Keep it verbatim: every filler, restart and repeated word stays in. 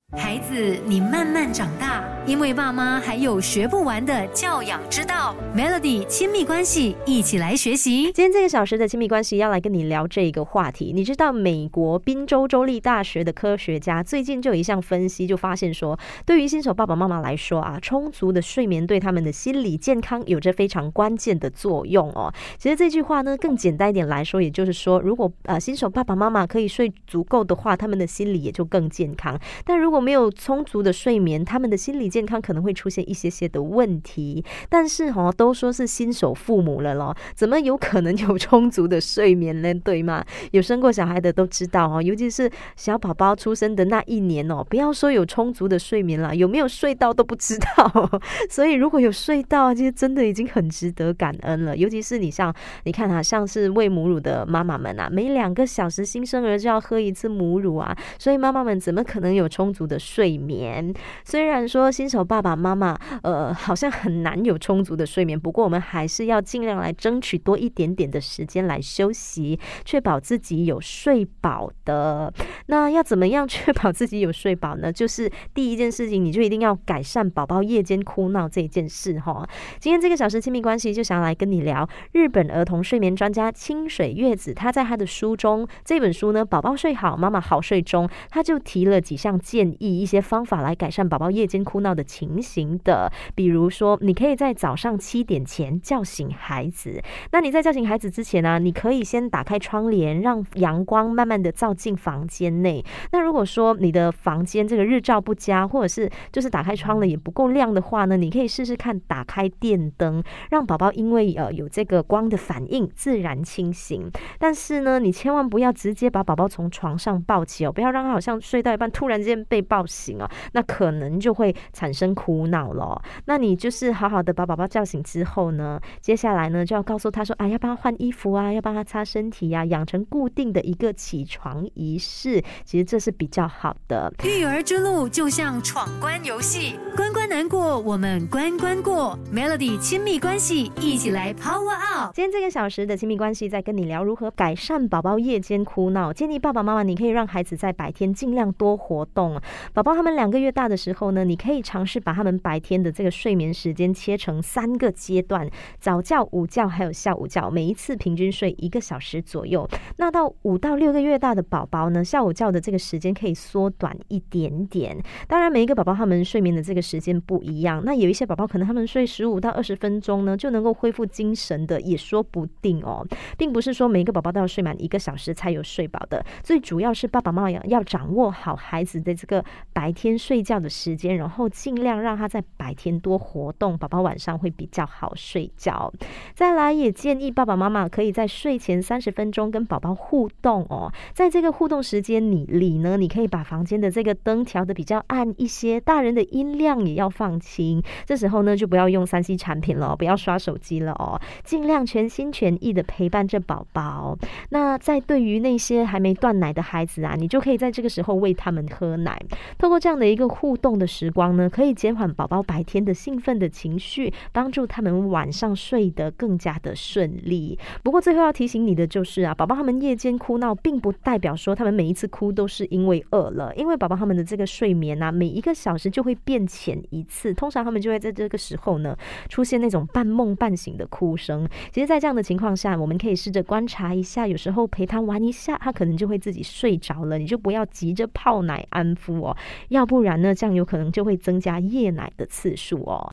孩子，你慢慢长大，因为爸妈还有学不完的教养之道。Melody 亲密关系，一起来学习。 今天这个小时的亲密关系要来跟你聊这个话题。你知道美国宾州州立大学的科学家最近就有一项分析，就发现说，对于新手爸爸妈妈来说啊，充足的睡眠对他们的心理健康有着非常关键的作用哦。其实这句话呢，更简单一点来说，也就是说，如果呃新手爸爸妈妈可以睡足够的话，他们的心理也就更健康。但如果没有充足的睡眠，他们的心理健康可能会出现一些些的问题。但是哦，都说是新手父母了咯，怎么有可能有充足的睡眠呢？对吗？有生过小孩的都知道哦，尤其是小宝宝出生的那一年哦，不要说有充足的睡眠了，有没有睡到都不知道。所以如果有睡到，其实真的已经很值得感恩了。尤其是你像你看啊，像是喂母乳的妈妈们啊，每两个小时新生儿就要喝一次母乳啊，所以妈妈们怎么可能有充足的睡眠？虽然说新手爸爸妈妈呃好像很难有充足的睡眠，不过我们还是要尽量来争取多一点点的时间来休息，确保自己有睡饱的。那要怎么样确保自己有睡饱呢？就是第一件事情，你就一定要改善宝宝夜间哭闹这一件事齁。今天这个小时亲密关系就想要来跟你聊日本儿童睡眠专家清水月子，他在他的书中，这本书呢，宝宝睡好妈妈好睡中，他就提了几项建议，一些方法来改善宝宝夜间哭闹的情形的。比如说你可以在早上七点前叫醒孩子，那你在叫醒孩子之前呢、啊，你可以先打开窗帘，让阳光慢慢的照进房间内。那如果说你的房间这个日照不佳，或者是就是打开窗了也不够亮的话呢，你可以试试看打开电灯，让宝宝因为呃有这个光的反应自然清醒。但是呢，你千万不要直接把宝宝从床上抱起哦，不要让他好像睡到一半突然间被抱醒哦，那可能就会产生哭闹了。那你就是好好的把宝宝叫醒之后呢，接下来呢就要告诉他说，啊，要帮他换衣服啊，要帮他擦身体啊，养成固定的一个起床仪式，其实这是比较好的。 育儿之路就像闯关游戏，关关难过，我们关关过。Melody 亲密关系，一起来 Power Up。 今天这个小时的亲密关系在跟你聊如何改善宝宝夜间哭闹。建议爸爸妈妈你可以让孩子在白天尽量多活动。宝宝他们两个月大的时候呢，你可以尝试把他们白天的这个睡眠时间切成三个阶段，早觉、午觉还有下午觉，每一次平均睡一个小时左右。那到五到六个月大的宝宝呢，下午觉的这个时间可以缩短一点点。当然每一个宝宝他们睡眠的这个时间不一样，那有一些宝宝可能他们睡十五到二十分钟呢就能够恢复精神的，也说不定哦。并不是说每一个宝宝都要睡满一个小时才有睡饱的，最主要是爸爸妈妈要掌握好孩子的这个白天睡觉的时间，然后尽量让他在白天多活动，宝宝晚上会比较好睡觉。再来也建议爸爸妈妈可以在睡前三十分钟跟宝宝互动哦，在这个互动时间里呢，你可以把房间的这个灯调得比较暗一些，大人的音量也要放轻。这时候呢，就不要用 三 C 产品了，不要刷手机了哦，尽量全心全意的陪伴着宝宝。那在对于那些还没断奶的孩子啊，你就可以在这个时候喂他们喝奶。透过这样的一个互动的时光呢，可以减缓宝宝白天的兴奋的情绪，帮助他们晚上睡得更加的顺利。不过最后要提醒你的就是啊，宝宝他们夜间哭闹并不代表说他们每一次哭都是因为饿了，因为宝宝他们的这个睡眠啊，每一个小时就会变浅一次，通常他们就会在这个时候呢出现那种半梦半醒的哭声。其实在这样的情况下，我们可以试着观察一下，有时候陪他玩一下，他可能就会自己睡着了，你就不要急着泡奶安抚哦，要不然呢这样有可能就会增加夜奶的次数哦。